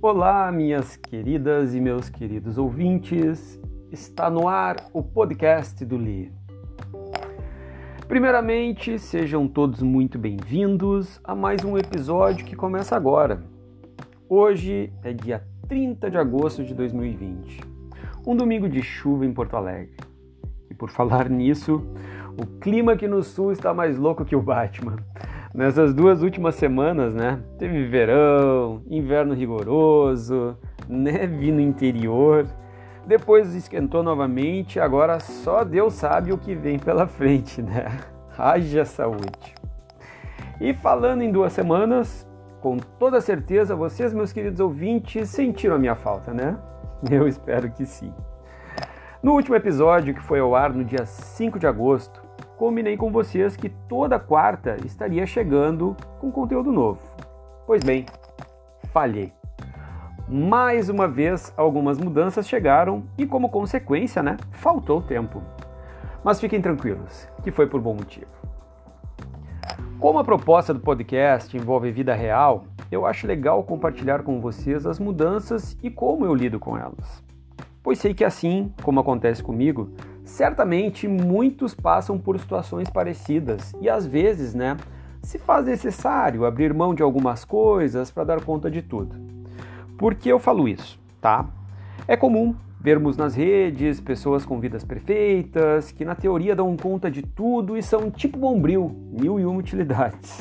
Olá, minhas queridas e meus queridos ouvintes, está no ar o podcast do Li. Primeiramente, sejam todos muito bem-vindos a mais um episódio que começa agora. Hoje é dia 30 de agosto de 2020, um domingo de chuva em Porto Alegre. E por falar nisso, o clima aqui no sul está mais louco que o Batman. Nessas duas últimas semanas, teve verão, inverno rigoroso, neve no interior, depois esquentou novamente, agora só Deus sabe o que vem pela frente, Haja saúde. E falando em 2 semanas, com toda certeza vocês, meus queridos ouvintes, sentiram a minha falta, Eu espero que sim. No último episódio, que foi ao ar no dia 5 de agosto, combinei com vocês que toda quarta estaria chegando com conteúdo novo. Pois bem, falhei. Mais uma vez, algumas mudanças chegaram e, como consequência, faltou tempo. Mas fiquem tranquilos, que foi por bom motivo. Como a proposta do podcast envolve vida real, eu acho legal compartilhar com vocês as mudanças e como eu lido com elas. Pois sei que assim, como acontece comigo, certamente muitos passam por situações parecidas e às vezes, se faz necessário abrir mão de algumas coisas para dar conta de tudo. Por que eu falo isso, É comum vermos nas redes pessoas com vidas perfeitas, que na teoria dão conta de tudo e são tipo Bombril, 1001 utilidades.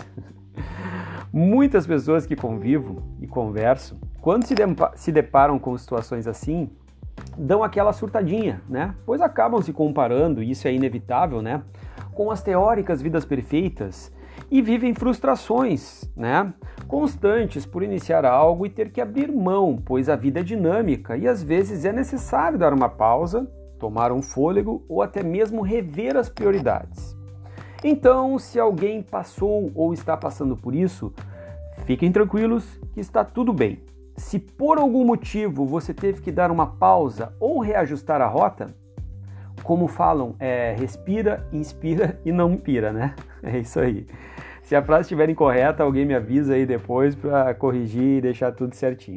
Muitas pessoas que convivo e converso, quando se deparam com situações assim, dão aquela surtadinha, Pois acabam se comparando, e isso é inevitável, com as teóricas vidas perfeitas e vivem frustrações, constantes por iniciar algo e ter que abrir mão, pois a vida é dinâmica e às vezes é necessário dar uma pausa, tomar um fôlego ou até mesmo rever as prioridades. Então, se alguém passou ou está passando por isso, fiquem tranquilos que está tudo bem. Se por algum motivo você teve que dar uma pausa ou reajustar a rota, como falam, respira, inspira e não pira, É isso aí. Se a frase estiver incorreta, alguém me avisa aí depois para corrigir e deixar tudo certinho,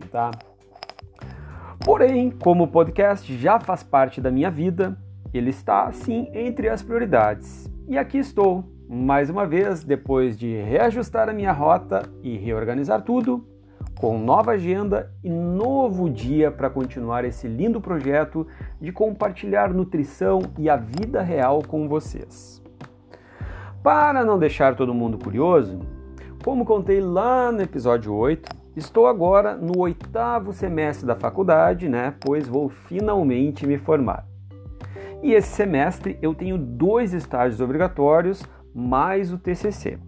Porém, como o podcast já faz parte da minha vida, ele está, sim, entre as prioridades. E aqui estou, mais uma vez, depois de reajustar a minha rota e reorganizar tudo, com nova agenda e novo dia para continuar esse lindo projeto de compartilhar nutrição e a vida real com vocês. Para não deixar todo mundo curioso, como contei lá no episódio 8, estou agora no 8º semestre da faculdade, Pois vou finalmente me formar. E esse semestre eu tenho 2 estágios obrigatórios, mais o TCC.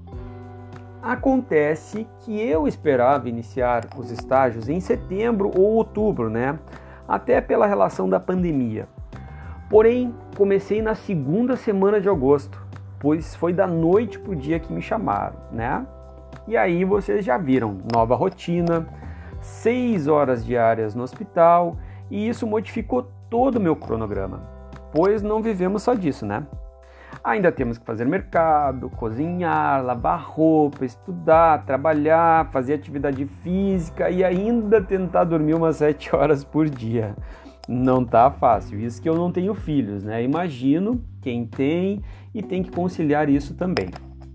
Acontece que eu esperava iniciar os estágios em setembro ou outubro, Até pela relação da pandemia. Porém, comecei na 2ª semana de agosto, pois foi da noite para o dia que me chamaram, E aí vocês já viram, nova rotina, 6 horas diárias no hospital, e isso modificou todo o meu cronograma, pois não vivemos só disso, Ainda temos que fazer mercado, cozinhar, lavar roupa, estudar, trabalhar, fazer atividade física e ainda tentar dormir umas 7 horas por dia. Não tá fácil, isso que eu não tenho filhos, Imagino quem tem e tem que conciliar isso também.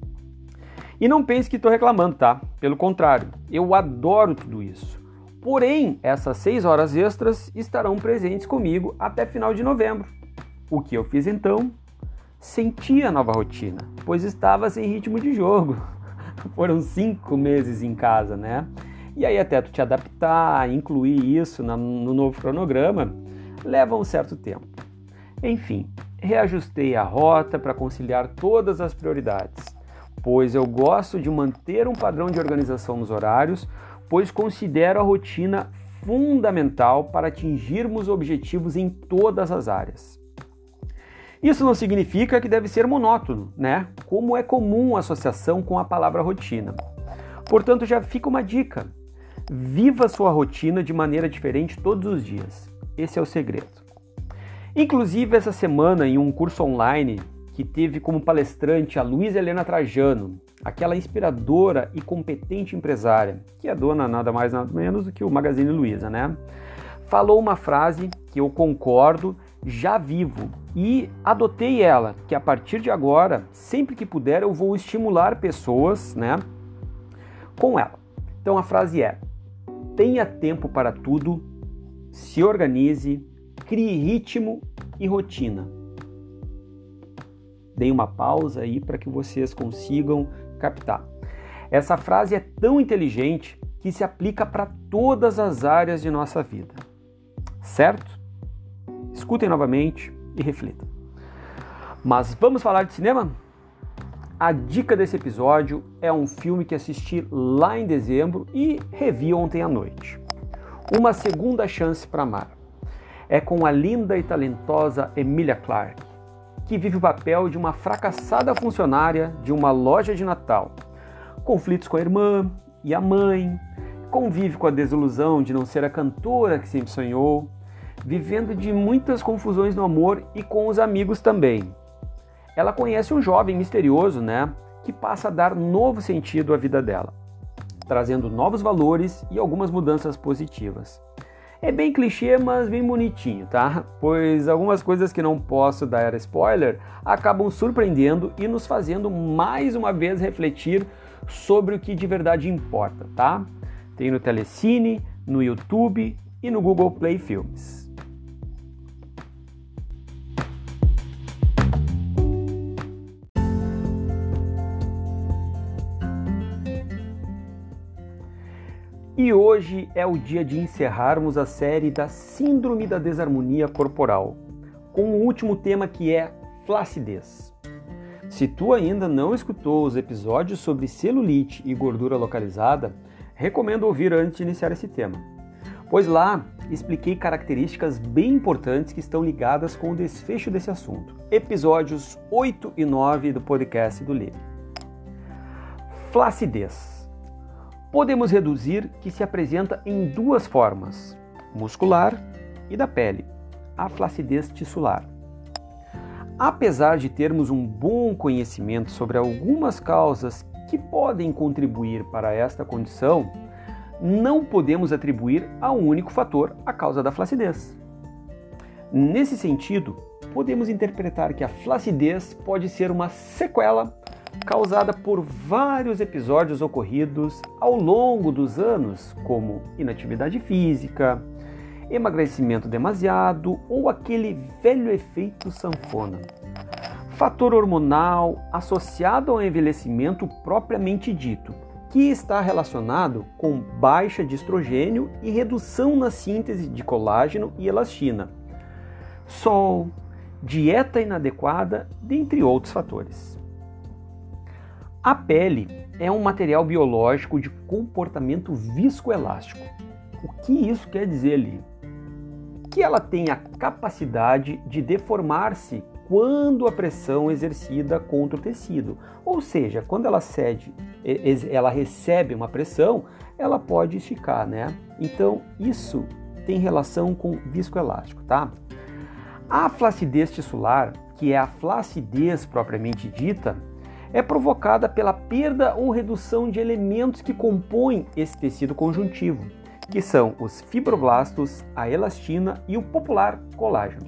E não pense que estou reclamando, Pelo contrário, eu adoro tudo isso. Porém, essas 6 horas extras estarão presentes comigo até final de novembro. O que eu fiz então? Senti a nova rotina, pois estava sem ritmo de jogo. Foram 5 meses em casa, E aí até tu te adaptar, incluir isso no novo cronograma, leva um certo tempo. Enfim, reajustei a rota para conciliar todas as prioridades, pois eu gosto de manter um padrão de organização nos horários, pois considero a rotina fundamental para atingirmos objetivos em todas as áreas. Isso não significa que deve ser monótono, Como é comum a associação com a palavra rotina. Portanto, já fica uma dica. Viva sua rotina de maneira diferente todos os dias. Esse é o segredo. Inclusive, essa semana, em um curso online que teve como palestrante a Luísa Helena Trajano, aquela inspiradora e competente empresária, que é dona nada mais nada menos do que o Magazine Luiza, né? Falou uma frase que eu concordo, já vivo, e adotei ela, que a partir de agora, sempre que puder, eu vou estimular pessoas, né, com ela. Então a frase é: tenha tempo para tudo, se organize, crie ritmo e rotina. Dei uma pausa aí para que vocês consigam captar. Essa frase é tão inteligente que se aplica para todas as áreas de nossa vida. Certo? Escutem novamente e reflitam. Mas vamos falar de cinema? A dica desse episódio é um filme que assisti lá em dezembro e revi ontem à noite. Uma Segunda Chance para Amar. É com a linda e talentosa Emilia Clarke, que vive o papel de uma fracassada funcionária de uma loja de Natal. Conflitos com a irmã e a mãe, convive com a desilusão de não ser a cantora que sempre sonhou, vivendo de muitas confusões no amor e com os amigos também. Ela conhece um jovem misterioso, né, que passa a dar novo sentido à vida dela, trazendo novos valores e algumas mudanças positivas. É bem clichê, mas bem bonitinho, tá? Pois algumas coisas que não posso dar spoiler acabam surpreendendo e nos fazendo mais uma vez refletir sobre o que de verdade importa, tá? Tem no Telecine, no YouTube e no Google Play Filmes. E hoje é o dia de encerrarmos a série da Síndrome da Desarmonia Corporal, com o último tema que é flacidez. Se tu ainda não escutou os episódios sobre celulite e gordura localizada, recomendo ouvir antes de iniciar esse tema, pois lá expliquei características bem importantes que estão ligadas com o desfecho desse assunto. Episódios 8 e 9 do podcast do Livre. Flacidez. Podemos reduzir que se apresenta em duas formas, muscular e da pele, a flacidez tissular. Apesar de termos um bom conhecimento sobre algumas causas que podem contribuir para esta condição, não podemos atribuir a um único fator a causa da flacidez. Nesse sentido, podemos interpretar que a flacidez pode ser uma sequela causada por vários episódios ocorridos ao longo dos anos, como inatividade física, emagrecimento demasiado ou aquele velho efeito sanfona. Fator hormonal associado ao envelhecimento propriamente dito, que está relacionado com baixa de estrogênio e redução na síntese de colágeno e elastina. Sol, dieta inadequada, dentre outros fatores. A pele é um material biológico de comportamento viscoelástico. O que isso quer dizer ali? Que ela tem a capacidade de deformar-se quando a pressão é exercida contra o tecido. Ou seja, quando ela recebe uma pressão, ela pode esticar, né? Então, isso tem relação com viscoelástico, tá? A flacidez tissular, que é a flacidez propriamente dita, é provocada pela perda ou redução de elementos que compõem esse tecido conjuntivo, que são os fibroblastos, a elastina e o popular colágeno.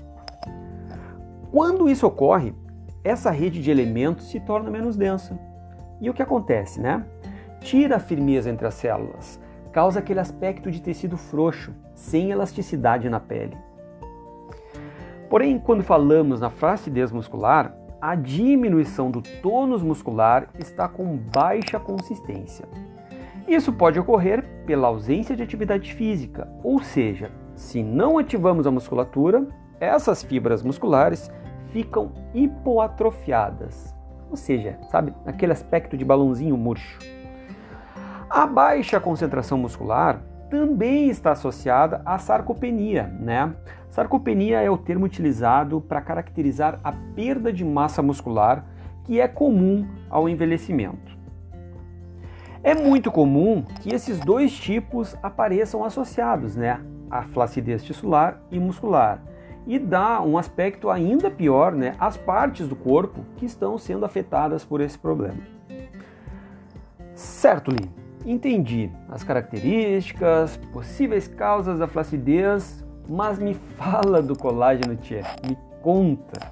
Quando isso ocorre, essa rede de elementos se torna menos densa. E o que acontece, né? Tira a firmeza entre as células, causa aquele aspecto de tecido frouxo, sem elasticidade na pele. Porém, quando falamos na flacidez muscular, a diminuição do tônus muscular está com baixa consistência. Isso pode ocorrer pela ausência de atividade física, ou seja, se não ativamos a musculatura, essas fibras musculares ficam hipoatrofiadas, ou seja, sabe, aquele aspecto de balãozinho murcho. A baixa concentração muscular também está associada à sarcopenia, né? Sarcopenia é o termo utilizado para caracterizar a perda de massa muscular que é comum ao envelhecimento. É muito comum que esses dois tipos apareçam associados, né? A flacidez tissular e muscular. e dá um aspecto ainda pior, né, às partes do corpo que estão sendo afetadas por esse problema. Certo, Li, entendi as características, possíveis causas da flacidez, mas me fala do colágeno, tia, me conta.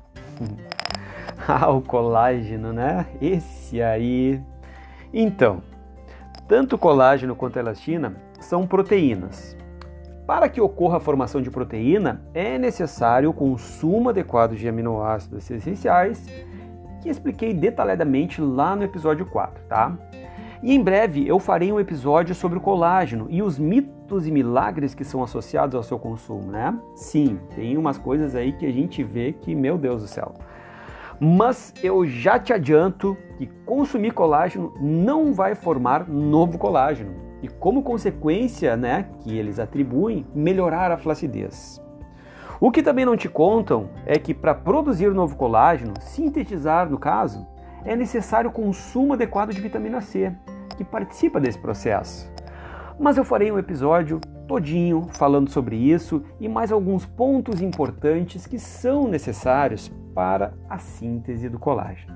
O colágeno, né? Esse aí. Então, tanto o colágeno quanto a elastina são proteínas. Para que ocorra a formação de proteína, é necessário o consumo adequado de aminoácidos essenciais, que expliquei detalhadamente lá no episódio 4, tá? E em breve eu farei um episódio sobre o colágeno e os mitos e milagres que são associados ao seu consumo, né? Sim, tem umas coisas aí que a gente vê que, meu Deus do céu. Mas eu já te adianto que consumir colágeno não vai formar novo colágeno e, como consequência, né, que eles atribuem, melhorar a flacidez. O que também não te contam é que para produzir novo colágeno, sintetizar no caso, é necessário o consumo adequado de vitamina C, que participa desse processo. Mas eu farei um episódio todinho falando sobre isso e mais alguns pontos importantes que são necessários para a síntese do colágeno.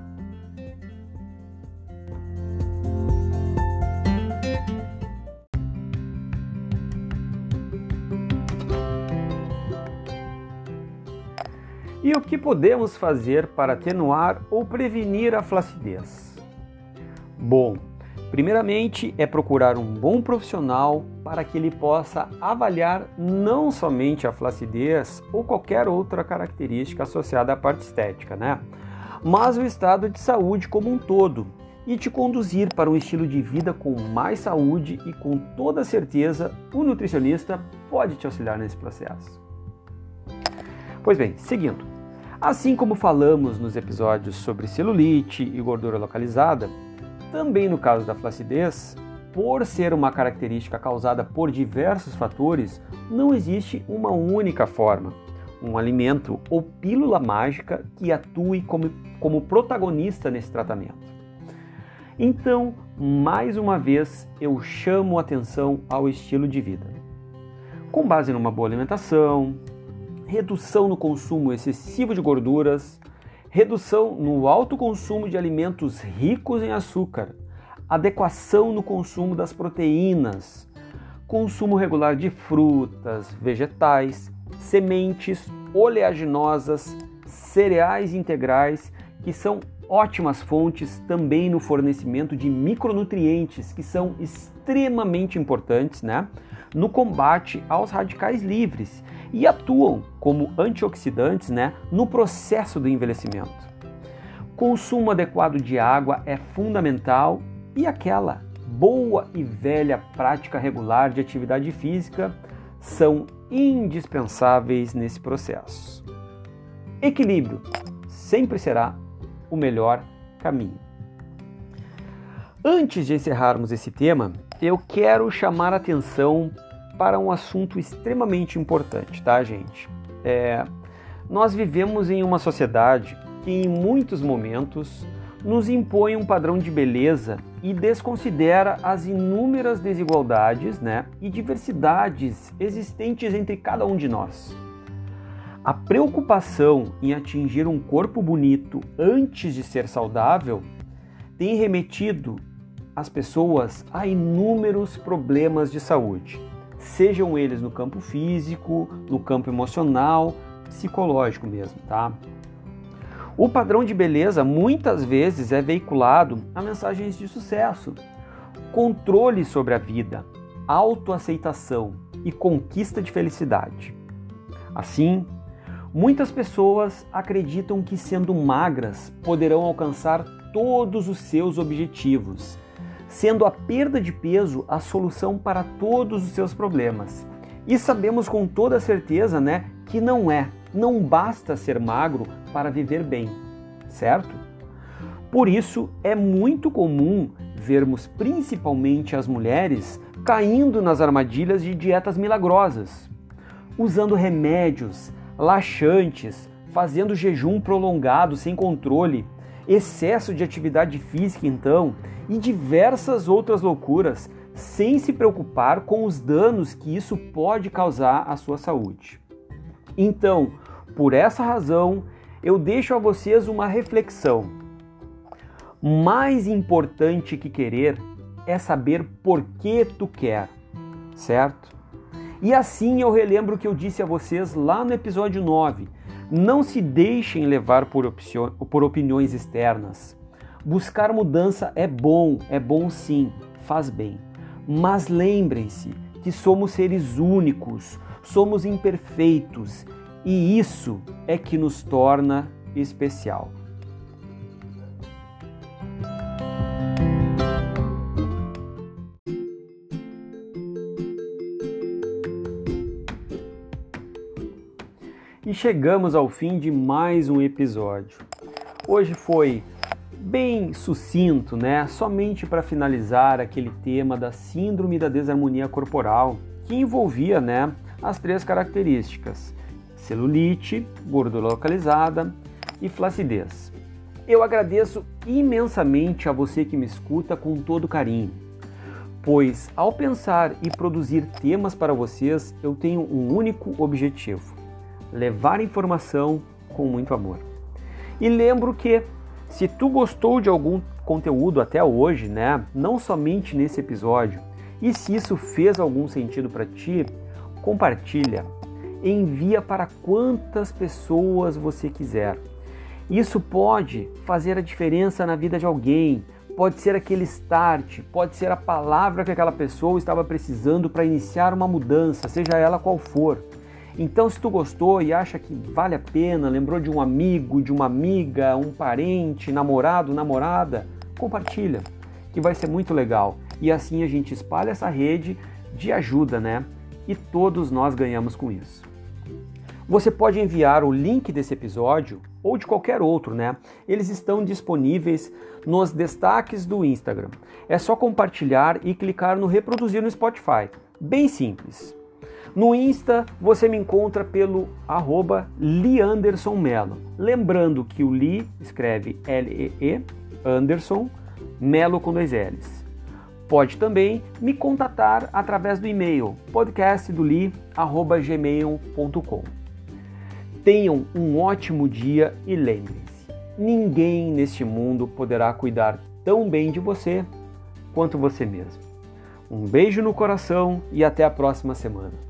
E o que podemos fazer para atenuar ou prevenir a flacidez? Bom, primeiramente é procurar um bom profissional para que ele possa avaliar não somente a flacidez ou qualquer outra característica associada à parte estética, né? Mas o estado de saúde como um todo e te conduzir para um estilo de vida com mais saúde e com toda certeza o nutricionista pode te auxiliar nesse processo. Pois bem, seguindo. Assim como falamos nos episódios sobre celulite e gordura localizada, também no caso da flacidez, por ser uma característica causada por diversos fatores, não existe uma única forma, um alimento ou pílula mágica que atue como protagonista nesse tratamento. Então, mais uma vez, eu chamo atenção ao estilo de vida. Com base numa boa alimentação, redução no consumo excessivo de gorduras, redução no alto consumo de alimentos ricos em açúcar, adequação no consumo das proteínas, consumo regular de frutas, vegetais, sementes, oleaginosas, cereais integrais, que são ótimas fontes também no fornecimento de micronutrientes, que são extremamente importantes, né, no combate aos radicais livres e atuam como antioxidantes, né, no processo do envelhecimento. Consumo adequado de água é fundamental e aquela boa e velha prática regular de atividade física são indispensáveis nesse processo. Equilíbrio sempre será o melhor caminho. Antes de encerrarmos esse tema, eu quero chamar a atenção para um assunto extremamente importante, tá, gente? Nós vivemos em uma sociedade que em muitos momentos nos impõe um padrão de beleza e desconsidera as inúmeras desigualdades, né, e diversidades existentes entre cada um de nós. A preocupação em atingir um corpo bonito antes de ser saudável tem remetido as pessoas a inúmeros problemas de saúde, sejam eles no campo físico, no campo emocional, psicológico mesmo, tá? O padrão de beleza muitas vezes é veiculado a mensagens de sucesso, controle sobre a vida, autoaceitação e conquista de felicidade. Assim, muitas pessoas acreditam que sendo magras poderão alcançar todos os seus objetivos, sendo a perda de peso a solução para todos os seus problemas. E sabemos com toda certeza, né, que não basta ser magro para viver bem, certo? Por isso é muito comum vermos principalmente as mulheres caindo nas armadilhas de dietas milagrosas, usando remédios, laxantes, fazendo jejum prolongado sem controle, excesso de atividade física então, e diversas outras loucuras, sem se preocupar com os danos que isso pode causar à sua saúde. Então, Por essa razão, eu deixo a vocês uma reflexão. Mais importante que querer é saber por que tu quer, certo? E assim eu relembro o que eu disse a vocês lá no episódio 9. Não se deixem levar por opiniões externas. Buscar mudança é bom sim, faz bem. Mas lembrem-se que somos seres únicos, somos imperfeitos e isso é que nos torna especial. E chegamos ao fim de mais um episódio. Hoje foi bem sucinto, né? Somente para finalizar aquele tema da síndrome da desarmonia corporal, que envolvia, né, as 3 características: celulite, gordura localizada e flacidez. Eu agradeço imensamente a você que me escuta com todo carinho, pois ao pensar e produzir temas para vocês, eu tenho um único objetivo: levar informação com muito amor. E lembro que, se tu gostou de algum conteúdo até hoje, né, não somente nesse episódio, e se isso fez algum sentido para ti, compartilha, envia para quantas pessoas você quiser. Isso pode fazer a diferença na vida de alguém, pode ser aquele start, pode ser a palavra que aquela pessoa estava precisando para iniciar uma mudança, seja ela qual for. Então, se tu gostou e acha que vale a pena, lembrou de um amigo, de uma amiga, um parente, namorado, namorada, compartilha, que vai ser muito legal. E assim a gente espalha essa rede de ajuda, né? E todos nós ganhamos com isso. Você pode enviar o link desse episódio ou de qualquer outro, né? Eles estão disponíveis nos destaques do Instagram. É só compartilhar e clicar no reproduzir no Spotify. Bem simples. No Insta, você me encontra pelo @liandersonmelo. Lembrando que o Li escreve L-E-E, Anderson, Melo com 2 L's. Pode também me contatar através do e-mail podcastdoli@gmail.com. Tenham um ótimo dia e lembrem-se, ninguém neste mundo poderá cuidar tão bem de você quanto você mesmo. Um beijo no coração e até a próxima semana.